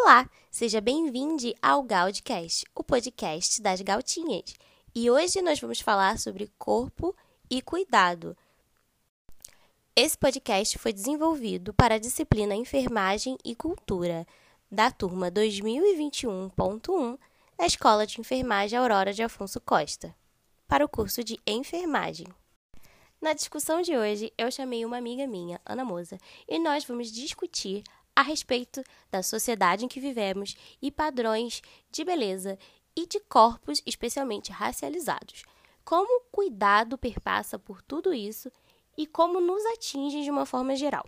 Olá, seja bem-vindo ao Gaudcast, o podcast das Gautinhas. E hoje nós vamos falar sobre corpo e cuidado. Esse podcast foi desenvolvido para a disciplina Enfermagem e Cultura, da turma 2021.1, da Escola de Enfermagem Aurora de Afonso Costa, para o curso de Enfermagem. Na discussão de hoje, eu chamei uma amiga minha, Ana Moza, e nós vamos discutir a respeito da sociedade em que vivemos e padrões de beleza e de corpos especialmente racializados. Como o cuidado perpassa por tudo isso e como nos atinge de uma forma geral.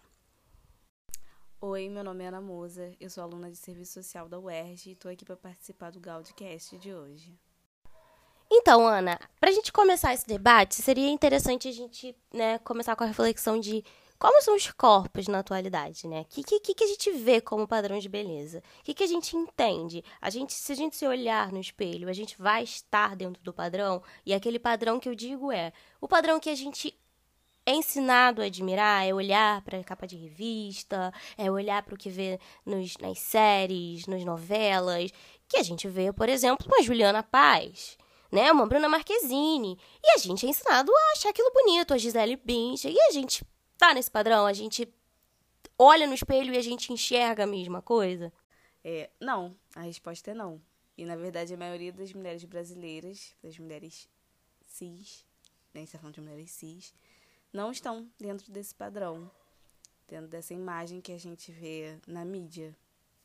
Oi, meu nome é Ana Moza, eu sou aluna de Serviço Social da UERJ e estou aqui para participar do Gaudcast de hoje. Então, Ana, para a gente começar esse debate, seria interessante a gente começar com a reflexão de como são os corpos na atualidade, né? O que a gente vê como padrão de beleza? O que a gente entende? Se a gente se olhar no espelho, a gente vai estar dentro do padrão? E aquele padrão que eu digo é o padrão que a gente é ensinado a admirar, é olhar para a capa de revista, é olhar para o que vê nas séries, nas novelas, que a gente vê, por exemplo, uma Juliana Paz, né? Uma Bruna Marquezine. E a gente é ensinado a achar aquilo bonito, a Gisele Bündchen, e a gente tá nesse padrão, a gente olha no espelho e a gente enxerga a mesma coisa? Não, a resposta é não. E, na verdade, a maioria das mulheres brasileiras, das mulheres cis, né, a gente está falando de mulheres cis, não estão dentro desse padrão, dentro dessa imagem que a gente vê na mídia.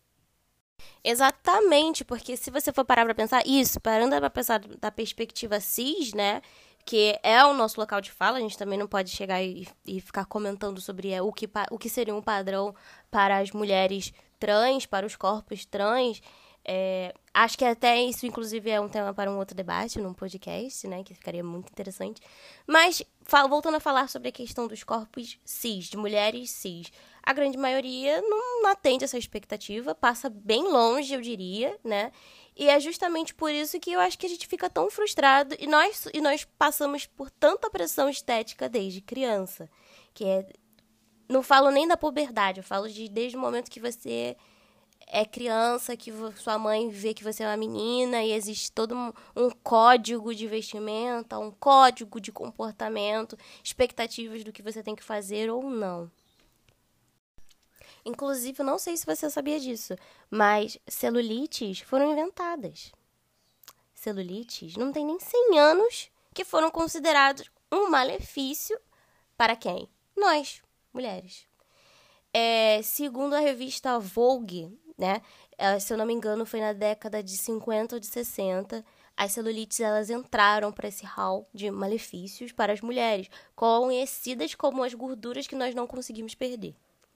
Exatamente, porque se você for parar pra pensar isso, parando pra pensar da perspectiva cis, né, que é o nosso local de fala, a gente também não pode chegar e ficar comentando sobre o que seria um padrão para as mulheres trans, para os corpos trans. Acho que até isso, inclusive, é um tema para um outro debate, num podcast, né, que ficaria muito interessante. Mas, voltando a falar sobre a questão dos corpos cis, de mulheres cis, a grande maioria não atende essa expectativa, passa bem longe, eu diria, né? E é justamente por isso que eu acho que a gente fica tão frustrado e nós passamos por tanta pressão estética desde criança, não falo nem da puberdade, eu falo desde o momento que você é criança, que sua mãe vê que você é uma menina e existe todo um código de vestimenta, um código de comportamento, expectativas do que você tem que fazer ou não. Inclusive, eu não sei se você sabia disso, mas celulites foram inventadas. Celulites não tem nem 100 anos que foram considerados um malefício para quem? Nós, mulheres. Segundo a revista Vogue, né, se eu não me engano, foi na década de 50 ou de 60, as celulites elas entraram para esse hall de malefícios para as mulheres, conhecidas como as gorduras que nós não conseguimos perder.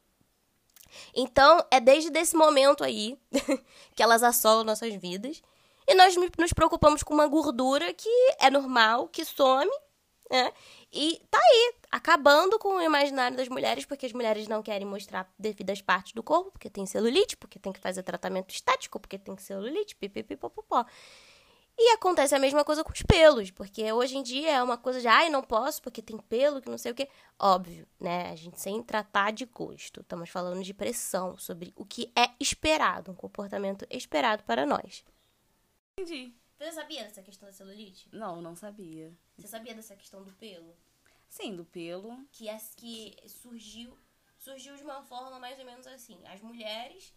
Então, é desde esse momento aí que elas assolam nossas vidas. E nós nos preocupamos com uma gordura que é normal, que some, né? E tá aí, acabando com o imaginário das mulheres, porque as mulheres não querem mostrar devidas partes do corpo, porque tem celulite, porque tem que fazer tratamento estético, porque tem celulite, pipipipopopó. E acontece a mesma coisa com os pelos, porque hoje em dia é uma coisa de, não posso porque tem pelo, que não sei o quê. Óbvio, né? A gente sem tratar de gosto. Estamos falando de pressão sobre o que é esperado, um comportamento esperado para nós. Entendi. Você sabia dessa questão da celulite? Não sabia. Você sabia dessa questão do pelo? Sim, do pelo. Que surgiu de uma forma mais ou menos assim. As mulheres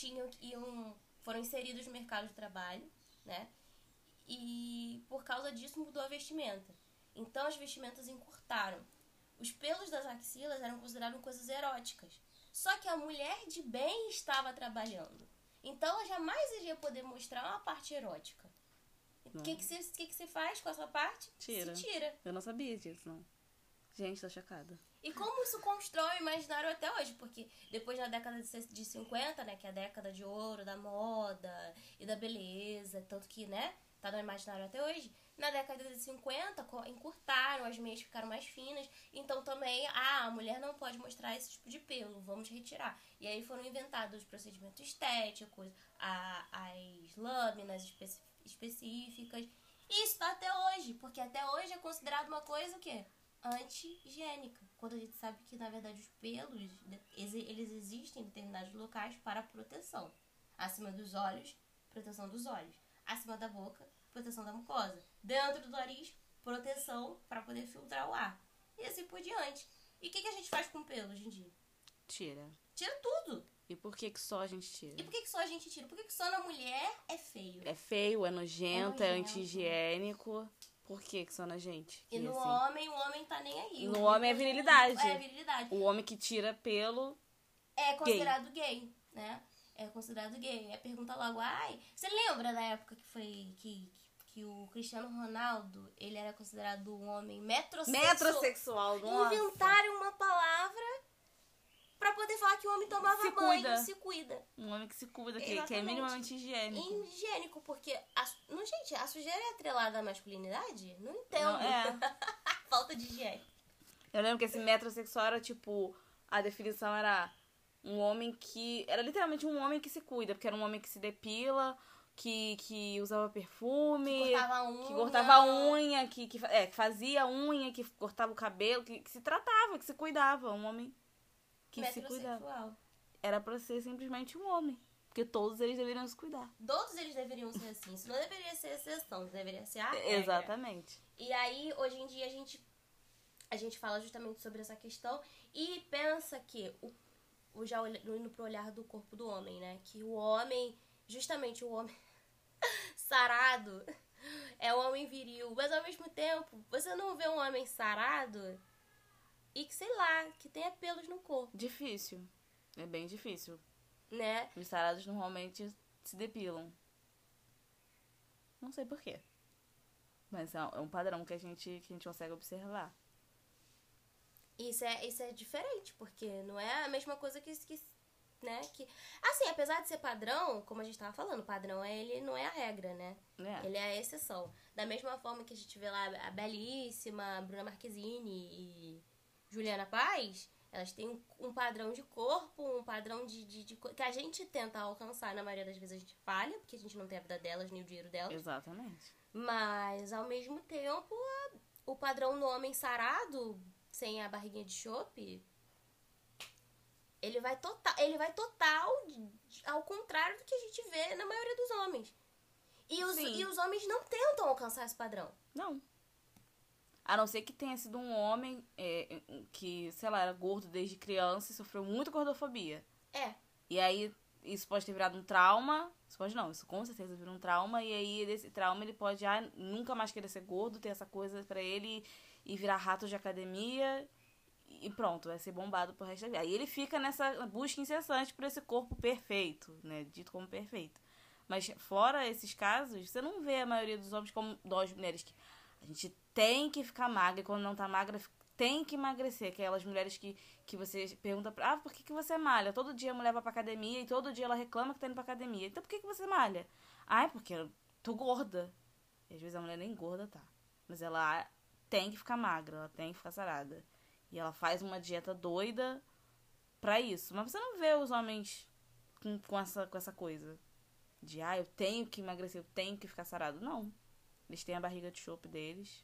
foram inseridas no mercado de trabalho, né? E por causa disso mudou a vestimenta. Então as vestimentas encurtaram. Os pelos das axilas eram considerados coisas eróticas. Só que a mulher de bem estava trabalhando. Então ela jamais iria poder mostrar uma parte erótica. O que você faz com essa parte? Tira. Se tira. Eu não sabia disso, não. Gente, tô chocada. E como isso constrói o imaginário até hoje? Porque depois na década de 50, né, que é a década de ouro da moda e da beleza, tanto que, né, tá no imaginário até hoje. Na década de 50, encurtaram, as meias ficaram mais finas. Então também, a mulher não pode mostrar esse tipo de pelo, vamos retirar. E aí foram inventados os procedimentos estéticos, as lâminas específicas. E isso tá até hoje, porque até hoje é considerado uma coisa o quê? Anti-higiênica. Quando a gente sabe que, na verdade, os pelos, eles existem em determinados locais para proteção. Acima dos olhos, proteção dos olhos. Acima da boca, proteção da mucosa. Dentro do nariz, proteção para poder filtrar o ar. E assim por diante. E o que a gente faz com pelo hoje em dia? Tira. Tira tudo. E por que só a gente tira? E por que só a gente tira? Por que só na mulher é feio? É feio, é nojento, é nojento. anti-higiênico. Por que só na gente? E no assim? homem, o homem tá nem aí. No homem é virilidade. É virilidade. O homem que tira pelo... É considerado gay, né? É considerado gay. Aí pergunta logo, ai... Você lembra da época que foi... Que o Cristiano Ronaldo, ele era considerado um homem metrosexual? Metrosexual, nossa. Inventaram uma palavra pra poder falar que o homem tomava Se banho, cuida. se cuida. Um homem que se cuida, que é Exatamente. minimamente higiênico. Higiênico, porque... Não, gente, a sujeira é atrelada à masculinidade? Não entendo. Não, é. Falta de higiene. Eu lembro que esse metrosexual era tipo... A definição era um homem que... Era literalmente um homem que se cuida, porque era um homem que se depila, que usava perfume, Que cortava a unha. que fazia unha, que cortava o cabelo, que se tratava, que se cuidava. Um homem que se cuidava. Metrosexual. Era pra ser simplesmente um homem. Porque todos eles deveriam se cuidar. Todos eles deveriam ser assim. Isso não deveria ser exceção, deveria ser a regra. Exatamente. E aí, hoje em dia, a gente fala justamente sobre essa questão e pensa que, já indo pro olhar do corpo do homem, né? Que o homem, justamente o homem sarado, é o homem viril. Mas ao mesmo tempo, você não vê um homem sarado e que, sei lá, que tenha pelos no corpo, Difícil. É bem difícil. né? Os sarados normalmente se depilam. Não sei porquê. Mas é um padrão que a gente consegue observar. Isso é diferente, porque não é a mesma coisa né, que... Assim, apesar de ser padrão, como a gente tava falando, padrão ele não é a regra, né? É. Ele é a exceção. Da mesma forma que a gente vê lá a Belíssima, Bruna Marquezine e Juliana Paz, elas têm um padrão de corpo, um padrão que a gente tenta alcançar. Na maioria das vezes a gente falha, porque a gente não tem a vida delas, nem o dinheiro delas. Exatamente. Mas, ao mesmo tempo, o padrão do homem sarado, sem a barriguinha de chope, ele vai total ao contrário do que a gente vê na maioria dos homens. E os homens não tentam alcançar esse padrão. Não. A não ser que tenha sido um homem que, sei lá, era gordo desde criança e sofreu muito gordofobia. É. E aí, isso pode ter virado um trauma. Isso pode não, isso com certeza vira um trauma. E aí, desse trauma, ele pode nunca mais querer ser gordo, ter essa coisa pra ele e virar rato de academia. E pronto, vai ser bombado pro resto da vida. Aí ele fica nessa busca incessante por esse corpo perfeito, né? Dito como perfeito. Mas fora esses casos, você não vê a maioria dos homens como nós mulheres que a gente tem que ficar magra e quando não tá magra tem que emagrecer. Aquelas mulheres que você pergunta por que você malha? Todo dia a mulher vai pra academia e todo dia ela reclama que tá indo pra academia. Então por que você malha? Porque eu tô gorda. E às vezes a mulher nem gorda tá. Mas ela tem que ficar magra, ela tem que ficar sarada. E ela faz uma dieta doida pra isso. Mas você não vê os homens com essa coisa de, eu tenho que emagrecer, eu tenho que ficar sarado. Não. Eles têm a barriga de chope deles,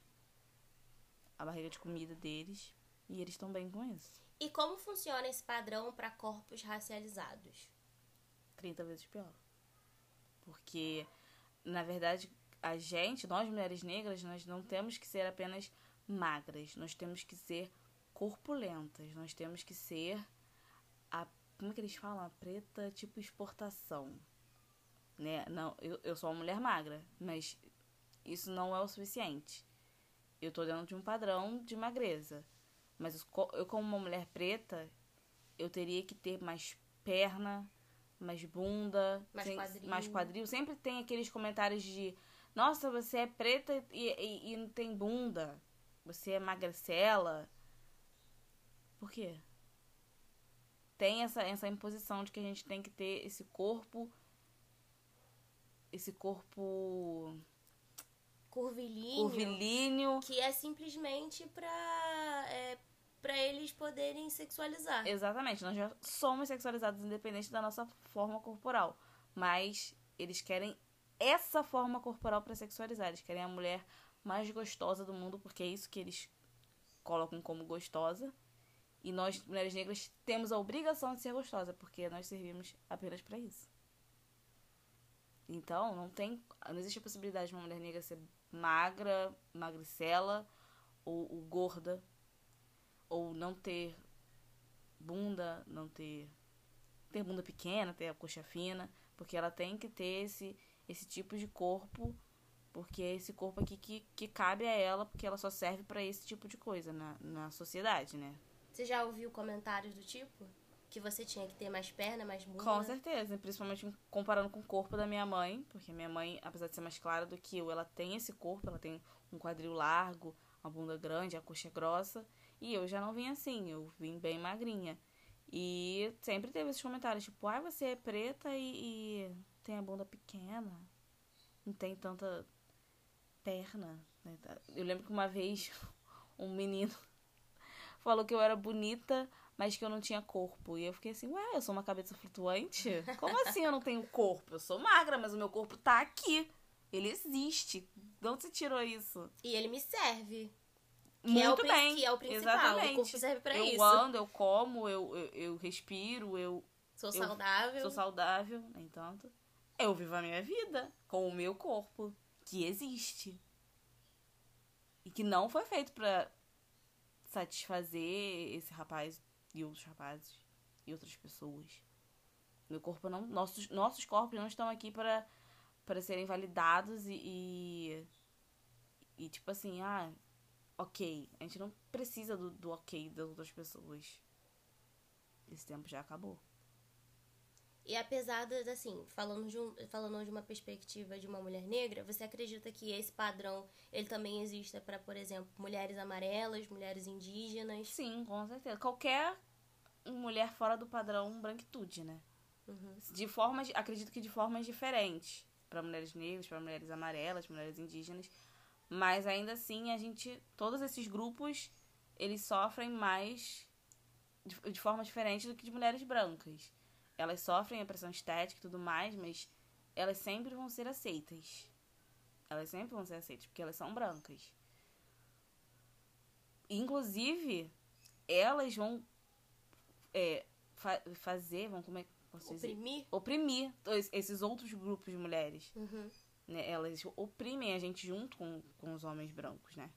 a barriga de comida deles, e eles estão bem com isso. E como funciona esse padrão para corpos racializados? 30 vezes pior. Porque, na verdade, nós mulheres negras, nós não temos que ser apenas magras. Nós temos que ser corpulentas. Nós temos que ser como é que eles falam? A preta tipo exportação. Né? Não, eu sou uma mulher magra, mas isso não é o suficiente. Eu tô dentro de um padrão de magreza. Mas eu como uma mulher preta, eu teria que ter mais perna, mais bunda, mais quadril. Sempre tem aqueles comentários de, nossa, você é preta e não tem bunda. Você é magricela. Por quê? Tem essa imposição de que a gente tem que ter esse corpo curvilíneo, que é simplesmente pra eles poderem sexualizar. Exatamente, nós já somos sexualizados independente da nossa forma corporal, mas eles querem essa forma corporal pra sexualizar, eles querem a mulher mais gostosa do mundo, porque é isso que eles colocam como gostosa, e nós, mulheres negras, temos a obrigação de ser gostosa, porque nós servimos apenas pra isso. Então, não existe a possibilidade de uma mulher negra ser magra, magricela ou gorda, ou não ter bunda, não ter bunda pequena, ter a coxa fina, porque ela tem que ter esse tipo de corpo, porque é esse corpo aqui que cabe a ela, porque ela só serve pra esse tipo de coisa na sociedade, né? Você já ouviu comentários do tipo? Que você tinha que ter mais perna, mais bunda? Com certeza, principalmente comparando com o corpo da minha mãe, porque minha mãe, apesar de ser mais clara do que eu, ela tem esse corpo, ela tem um quadril largo, uma bunda grande, a coxa grossa, e eu já não vim assim, eu vim bem magrinha. E sempre teve esses comentários, tipo, ai, você é preta e tem a bunda pequena, não tem tanta perna, né? Eu lembro que uma vez um menino falou que eu era bonita, mas que eu não tinha corpo. E eu fiquei assim, ué, eu sou uma cabeça flutuante? Como assim eu não tenho corpo? Eu sou magra, mas o meu corpo tá aqui. Ele existe. De onde você tirou isso? E ele me serve. Muito bem. Que é o principal. Exatamente. O corpo serve pra isso. Eu ando, eu como, eu respiro, Sou saudável. Sou saudável, no entanto. Eu vivo a minha vida com o meu corpo, que existe. E que não foi feito pra satisfazer esse rapaz e outros rapazes e outras pessoas. Meu corpo não... Nossos corpos não estão aqui para serem validados e tipo assim, ok. A gente não precisa do ok das outras pessoas. Esse tempo já acabou. E apesar de, assim, falando de uma perspectiva de uma mulher negra, você acredita que esse padrão, ele também exista para, por exemplo, mulheres amarelas, mulheres indígenas? Sim, com certeza. Qualquer mulher fora do padrão branquitude, né? Uhum. Acredito que de formas diferentes. Para mulheres negras, para mulheres amarelas, mulheres indígenas. Mas ainda assim, todos esses grupos, eles sofrem mais de forma diferente do que de mulheres brancas. Elas sofrem a pressão estética e tudo mais, mas elas sempre vão ser aceitas. Elas sempre vão ser aceitas, porque elas são brancas. Inclusive, elas vão como é que posso dizer? Oprimir esses outros grupos de mulheres. Uhum. Né? Elas oprimem a gente junto com os homens brancos, né?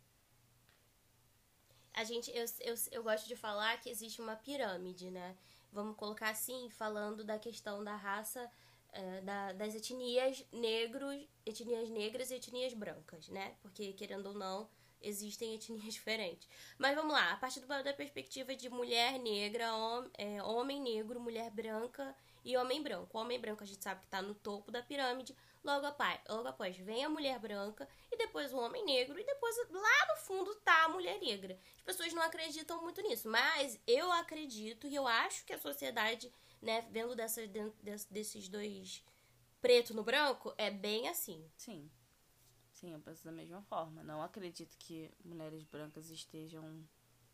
Eu gosto de falar que existe uma pirâmide, né? Vamos colocar assim, falando da questão da raça, das etnias negras e etnias brancas, né? Porque, querendo ou não, existem etnias diferentes. Mas vamos lá, a partir da perspectiva de mulher negra, homem negro, mulher branca e homem branco. O homem branco a gente sabe que está no topo da pirâmide. Logo após vem a mulher branca e depois o homem negro e depois lá no fundo tá a mulher negra. As pessoas não acreditam muito nisso, mas eu acredito e eu acho que a sociedade, né, vendo desses dois preto no branco, é bem assim. Sim. Sim, eu penso da mesma forma. Não acredito que mulheres brancas estejam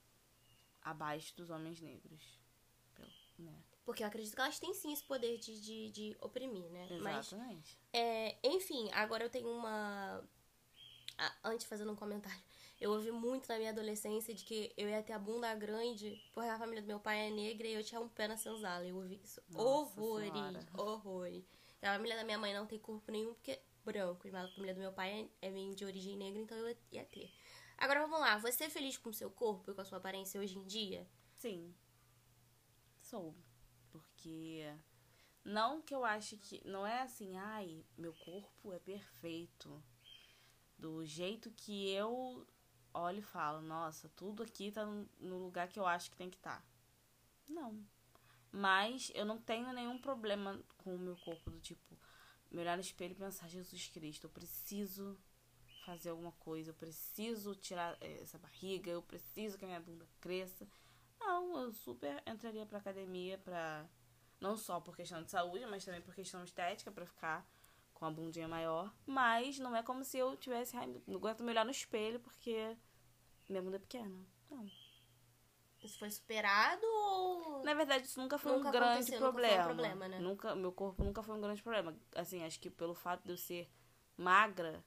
abaixo dos homens negros. Né? Porque eu acredito que elas têm sim esse poder de oprimir, né? Exatamente. Mas, enfim, agora eu tenho uma... Antes, fazendo um comentário, eu ouvi muito na minha adolescência de que eu ia ter a bunda grande porque a família do meu pai é negra e eu tinha um pé na senzala. Eu ouvi isso. Horrores. A família da minha mãe não tem corpo nenhum porque branco, mas a família do meu pai é de origem negra, então eu ia ter. Agora vamos lá, você é feliz com o seu corpo e com a sua aparência hoje em dia? Sim. Sou. Porque não que eu ache que... Não é assim, meu corpo é perfeito. Do jeito que eu olho e falo, nossa, tudo aqui tá no lugar que eu acho que tem que estar. Não. Mas eu não tenho nenhum problema com o meu corpo, do tipo, me olhar no espelho e pensar, Jesus Cristo, eu preciso fazer alguma coisa, eu preciso tirar essa barriga, eu preciso que a minha bunda cresça. Não, eu super entraria pra academia não só por questão de saúde, mas também por questão estética, pra ficar com a bundinha maior. Mas não é como se eu tivesse... não aguento me olhar no espelho porque minha bunda é pequena. Não. Isso foi superado ou... Na verdade, isso nunca foi um grande problema. Nunca foi um problema, né? Meu corpo nunca foi um grande problema. Assim, acho que pelo fato de eu ser magra,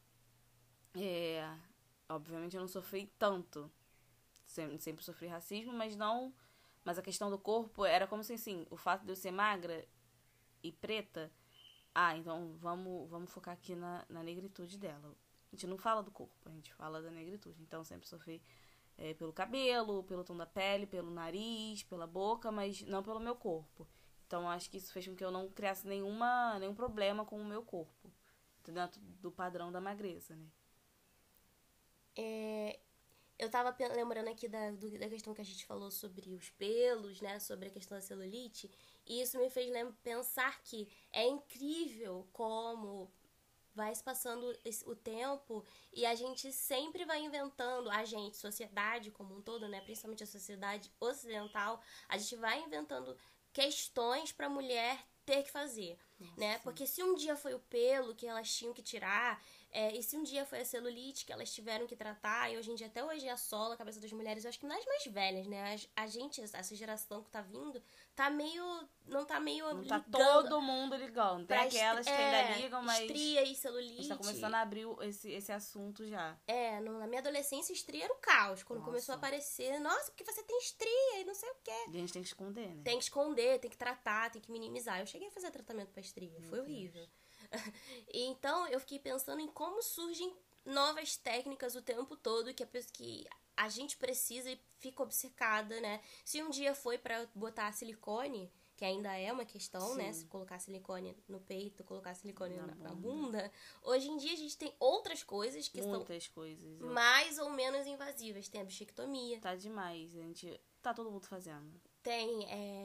obviamente eu não sofri tanto. Sempre sofri racismo, mas não... Mas a questão do corpo era como se, assim, o fato de eu ser magra e preta Então vamos focar aqui na negritude dela. A gente não fala do corpo, a gente fala da negritude. Então sempre sofri pelo cabelo, pelo tom da pele, pelo nariz, pela boca, mas não pelo meu corpo. Então acho que isso fez com que eu não criasse nenhum problema com o meu corpo. Dentro do padrão da magreza, né? Eu tava lembrando aqui da questão que a gente falou sobre os pelos, né? Sobre a questão da celulite. E isso me fez pensar que é incrível como vai se passando o tempo e a gente sempre vai inventando, sociedade como um todo, né? Principalmente a sociedade ocidental, a gente vai inventando questões pra mulher ter que fazer, né? Porque se um dia foi o pelo que elas tinham que tirar, e se um dia foi a celulite que elas tiveram que tratar, e hoje em dia, até hoje assola a cabeça das mulheres, eu acho que nas mais velhas, né? A gente, essa geração que tá vindo, não tá ligando todo mundo ligando. Tem aquelas que ainda ligam, mas estria e celulite. A gente tá começando a abrir esse assunto já. Na minha adolescência, estria era o caos. Quando começou a aparecer, nossa, porque você tem estria e não sei o quê. E a gente tem que esconder, né? Tem que esconder, tem que tratar, tem que minimizar. Eu cheguei a fazer tratamento pra estria, foi horrível. Então, eu fiquei pensando em como surgem novas técnicas o tempo todo que a gente precisa e fica obcecada, né? Se um dia foi pra botar silicone, que ainda é uma questão, né? Se colocar silicone no peito, colocar silicone na bunda. Hoje em dia a gente tem outras coisas que são mais ou menos invasivas. Tem a bichectomia. Tá demais, gente. Tá todo mundo fazendo. Tem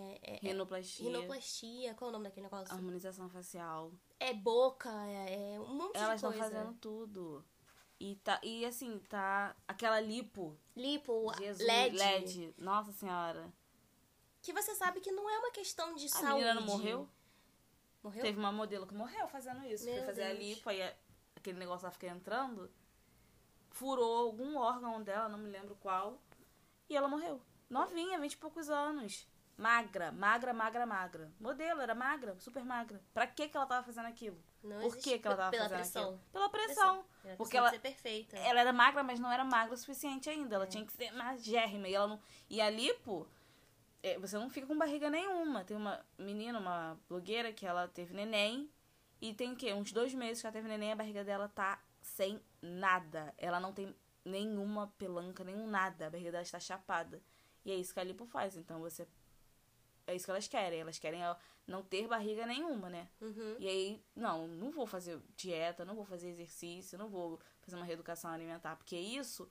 rinoplastia. Qual é o nome daquele negócio? Harmonização facial. Boca, um monte de coisa. Elas estão fazendo tudo. E assim, tá aquela lipo. Jesus, LED. Nossa Senhora. Que você sabe que não é uma questão de saúde. A menina não morreu? Morreu? Teve uma modelo que morreu fazendo isso. Foi fazer a lipo, aí aquele negócio lá fica entrando. Furou algum órgão dela, não me lembro qual. E ela morreu. Novinha, 20 e poucos anos. Magra. Modelo, era magra, super magra. Pra que ela tava fazendo aquilo? Por que ela tava fazendo aquilo? Pela pressão. Porque ela ser perfeita. Ela era magra, mas não era magra o suficiente ainda. Ela tinha que ser magérrima. E a lipo, você não fica com barriga nenhuma. Tem uma menina, uma blogueira, que ela teve neném. E tem o quê? Uns 2 meses que ela teve neném, a barriga dela tá sem nada. Ela não tem nenhuma pelanca, nenhum nada. A barriga dela está chapada. E é isso que a lipo faz. Então é isso que elas querem. Elas querem não ter barriga nenhuma, né? Uhum. E aí, não vou fazer dieta, não vou fazer exercício, não vou fazer uma reeducação alimentar. Porque isso,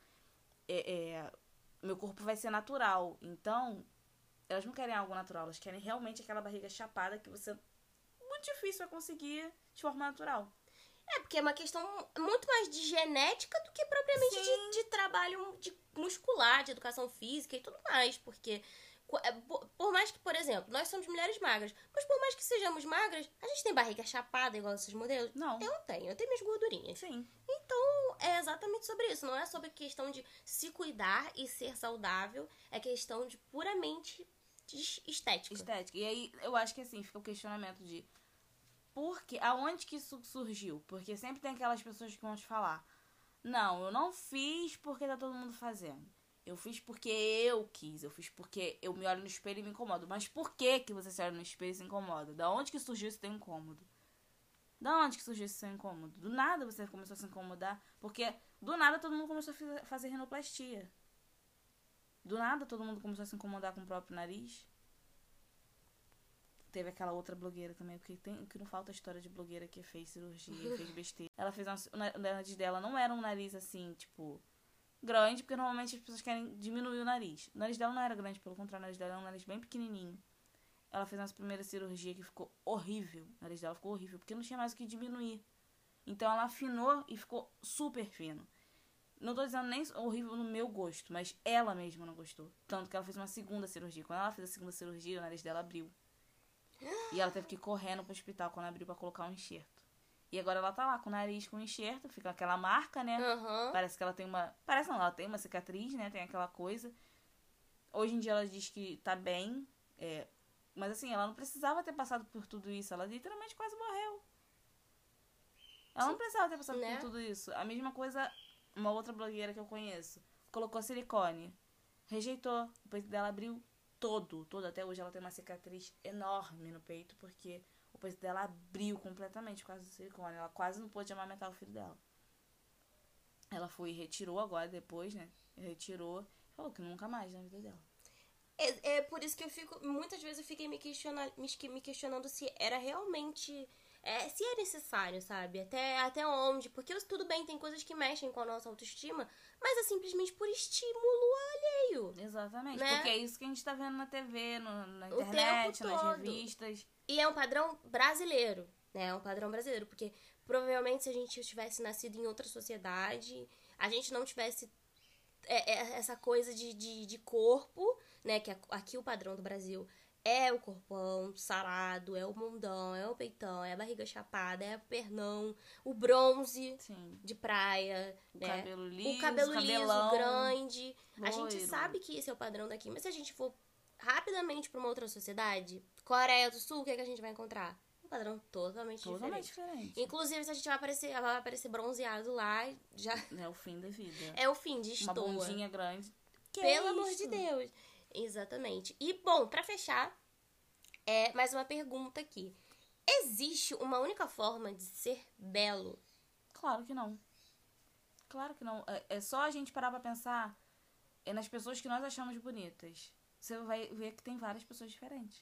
meu corpo vai ser natural. Então, elas não querem algo natural. Elas querem realmente aquela barriga chapada que muito difícil vai conseguir de forma natural. Porque é uma questão muito mais de genética do que propriamente de trabalho muscular, de educação física e tudo mais. Porque, por mais que, por exemplo, nós somos mulheres magras, mas por mais que sejamos magras, a gente tem barriga chapada igual esses modelos? Não. Eu tenho minhas gordurinhas. Sim. Então, é exatamente sobre isso. Não é sobre questão de se cuidar e ser saudável, é questão de puramente de estética. E aí, eu acho que assim, fica o questionamento de aonde que isso surgiu? Porque sempre tem aquelas pessoas que vão te falar: não, eu não fiz porque tá todo mundo fazendo. Eu fiz porque eu quis. Eu fiz porque eu me olho no espelho e me incomodo. Mas por que você se olha no espelho e se incomoda? Da onde que surgiu esse teu incômodo? Da onde que surgiu esse seu incômodo? Do nada você começou a se incomodar. Porque do nada todo mundo começou a fazer rinoplastia. Do nada todo mundo começou a se incomodar com o próprio nariz. Teve aquela outra blogueira também, porque que não falta a história de blogueira que fez cirurgia, fez besteira. Ela fez o nariz dela não era um nariz assim, tipo, grande, porque normalmente as pessoas querem diminuir o nariz. O nariz dela não era grande, pelo contrário, o nariz dela era um nariz bem pequenininho. Ela fez uma primeira cirurgia que ficou horrível. O nariz dela ficou horrível, porque não tinha mais o que diminuir. Então ela afinou e ficou super fino. Não tô dizendo nem horrível no meu gosto, mas ela mesma não gostou. Tanto que ela fez uma segunda cirurgia. Quando ela fez a segunda cirurgia, o nariz dela abriu. E ela teve que ir correndo pro hospital quando abriu pra colocar um enxerto. E agora ela tá lá com o nariz com enxerto, fica aquela marca, né? Uhum. Parece que ela tem uma... Parece não, ela tem uma cicatriz, né? Tem aquela coisa. Hoje em dia ela diz que tá bem. Mas assim, ela não precisava ter passado por tudo isso. Ela literalmente quase morreu. Ela não precisava ter passado por tudo isso. A mesma coisa, uma outra blogueira que eu conheço. Colocou silicone. Rejeitou. O peito dela abriu todo. Até hoje ela tem uma cicatriz enorme no peito, porque o peito dela abriu completamente por causa do silicone. Ela quase não pôde amamentar o filho dela. Ela foi e retirou agora, depois, né? Retirou. Falou que nunca mais na vida dela. É por isso que eu fico... Muitas vezes eu fiquei me questionando se era realmente... se é necessário, sabe? Até onde. Porque tudo bem, tem coisas que mexem com a nossa autoestima, mas é simplesmente por estímulo alheio. Exatamente. Né? Porque é isso que a gente tá vendo na TV, na O internet, tempo nas todo. revistas. E é um padrão brasileiro, né? É um padrão brasileiro. Porque provavelmente se a gente tivesse nascido em outra sociedade, a gente não tivesse essa coisa de corpo, né? Que aqui o padrão do Brasil é o corpão sarado, é o mundão, é o peitão, é a barriga chapada, é o pernão, o bronze Sim. de praia, O cabelo liso, o cabelo cabelão, liso, grande. loiro. A gente sabe que esse é o padrão daqui, mas se a gente for rapidamente pra uma outra sociedade, Coreia do Sul, o que é que a gente vai encontrar? Um padrão totalmente diferente. Inclusive, se a gente vai aparecer bronzeado lá, já É o fim da vida. é o fim de estoa. Uma bundinha grande. Pelo amor de Deus. Exatamente. E, bom, pra fechar, mais uma pergunta aqui. Existe uma única forma de ser belo? Claro que não. Claro que não. É só a gente parar pra pensar nas pessoas que nós achamos bonitas. Você vai ver que tem várias pessoas diferentes.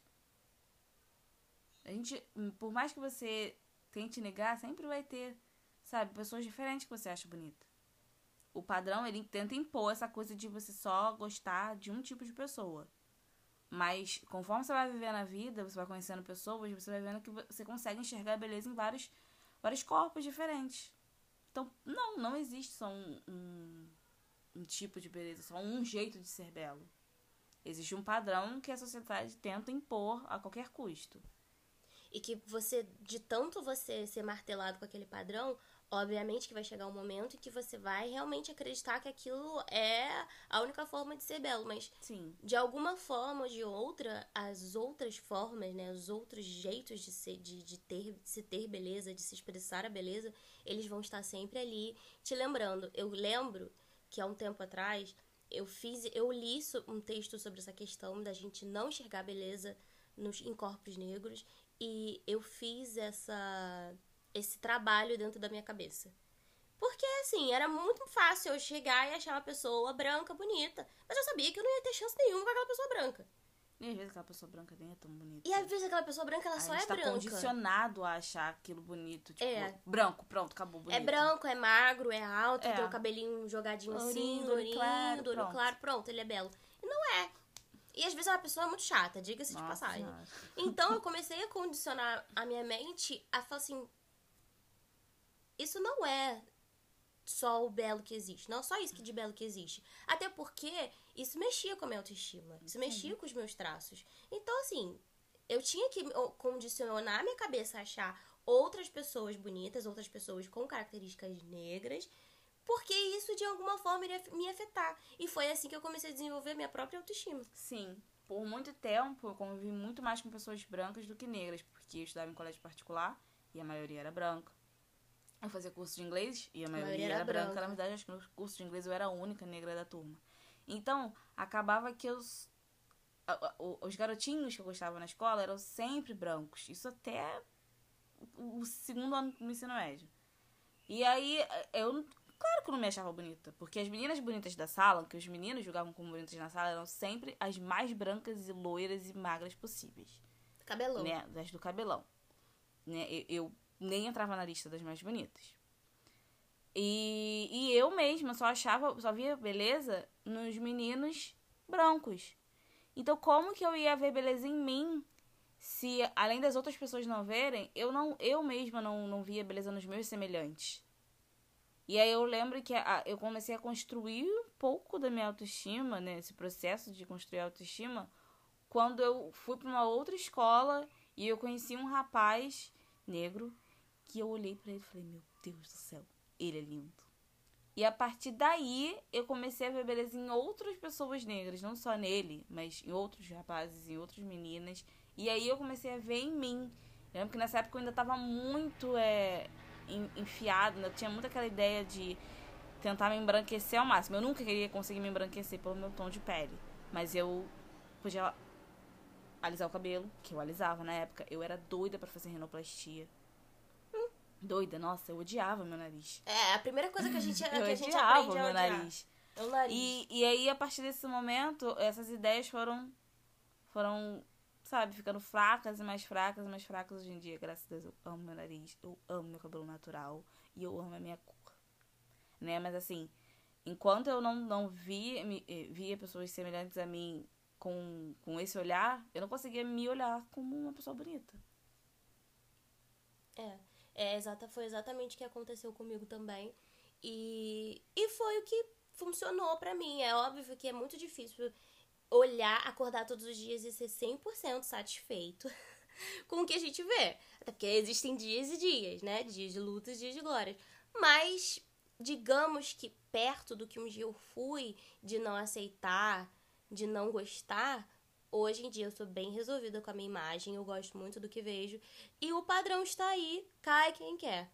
A gente, por mais que você tente negar, sempre vai ter, sabe, pessoas diferentes que você acha bonita. O padrão, ele tenta impor essa coisa de você só gostar de um tipo de pessoa. Mas, conforme você vai vivendo a vida, você vai conhecendo pessoas, você vai vendo que você consegue enxergar a beleza em vários corpos diferentes. Então, não existe só um tipo de beleza, só um jeito de ser belo. Existe um padrão que a sociedade tenta impor a qualquer custo. E que de tanto você ser martelado com aquele padrão, obviamente que vai chegar um momento em que você vai realmente acreditar que aquilo é a única forma de ser belo. Mas, sim, de alguma forma ou de outra, as outras formas, né, os outros jeitos de se ter beleza, de se expressar a beleza, eles vão estar sempre ali te lembrando. Eu lembro que há um tempo atrás, eu li um texto sobre essa questão da gente não enxergar beleza em corpos negros. E eu fiz esse trabalho dentro da minha cabeça. Porque, assim, era muito fácil eu chegar e achar uma pessoa branca bonita. Mas eu sabia que eu não ia ter chance nenhuma com aquela pessoa branca. E às vezes aquela pessoa branca nem é tão bonita. E às vezes aquela pessoa branca, ela só é branca. A gente tá condicionado a achar aquilo bonito. Tipo, branco, pronto, acabou bonito. É branco, é magro, é alto, tem o cabelinho jogadinho assim, lourinho, olho claro, pronto, ele é belo. E não é. E às vezes é uma pessoa muito chata, diga-se de passagem. Nossa. Então eu comecei a condicionar a minha mente a falar assim: isso não é só o belo que existe. Não é só isso de belo que existe. Até porque isso mexia com a minha autoestima. Isso mexia com os meus traços. Então, assim, eu tinha que condicionar a minha cabeça a achar outras pessoas bonitas, outras pessoas com características negras, porque isso de alguma forma iria me afetar. E foi assim que eu comecei a desenvolver minha própria autoestima. Sim. Por muito tempo eu convivi muito mais com pessoas brancas do que negras, porque eu estudava em colégio particular e a maioria era branca. Eu fazia curso de inglês e a maioria era branca. Na verdade, acho que no curso de inglês eu era a única negra da turma. Então, acabava que os garotinhos que eu gostava na escola eram sempre brancos. Isso até o segundo ano do ensino médio. E aí, claro que eu não me achava bonita. Porque as meninas bonitas da sala, que os meninos julgavam como bonitas na sala, eram sempre as mais brancas e loiras e magras possíveis. Cabelão. Né? Das do cabelão. Né? Eu nem entrava na lista das mais bonitas. E eu mesma só via beleza nos meninos brancos. Então, como que eu ia ver beleza em mim se, além das outras pessoas não verem, eu mesma não via beleza nos meus semelhantes? E aí eu lembro que eu comecei a construir um pouco da minha autoestima, né? Esse processo de construir a autoestima, quando eu fui para uma outra escola e eu conheci um rapaz negro que eu olhei para ele e falei, meu Deus do céu, ele é lindo. E a partir daí, eu comecei a ver beleza em outras pessoas negras, não só nele, mas em outros rapazes, em outras meninas. E aí eu comecei a ver em mim. Eu lembro que nessa época eu ainda estava muito enfiado, ainda tinha muito aquela ideia de tentar me embranquecer ao máximo. Eu nunca queria conseguir me embranquecer pelo meu tom de pele, mas eu podia alisar o cabelo, que eu alisava na época. Eu era doida pra fazer rinoplastia. Doida, nossa, eu odiava meu nariz. A primeira coisa que a gente, Eu a gente odiava aprende meu a odiar. nariz. É o nariz. E aí, a partir desse momento, essas ideias foram, sabe, ficando fracas e mais fracas e mais fracas hoje em dia. Graças a Deus, eu amo meu nariz, eu amo meu cabelo natural e eu amo a minha cor. Né? Mas assim, enquanto eu não via pessoas semelhantes a mim com esse olhar, eu não conseguia me olhar como uma pessoa bonita. Foi exatamente o que aconteceu comigo também. E foi o que funcionou pra mim. É óbvio que é muito difícil acordar todos os dias e ser 100% satisfeito com o que a gente vê. Até porque existem dias e dias, né? Dias de lutas e dias de glórias. Mas, digamos que perto do que um dia eu fui, de não aceitar, de não gostar, hoje em dia eu sou bem resolvida com a minha imagem, eu gosto muito do que vejo. E o padrão está aí, cai quem quer.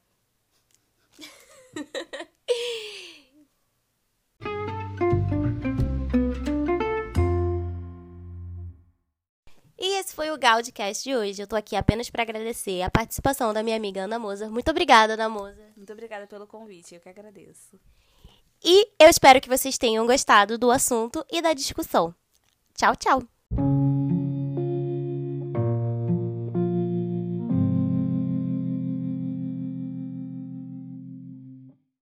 E esse foi o Gaudicast de hoje. Eu tô aqui apenas para agradecer a participação da minha amiga Ana Moser. Muito obrigada, Ana Moser. Muito obrigada pelo convite, eu que agradeço. E eu espero que vocês tenham gostado do assunto e da discussão. Tchau, tchau!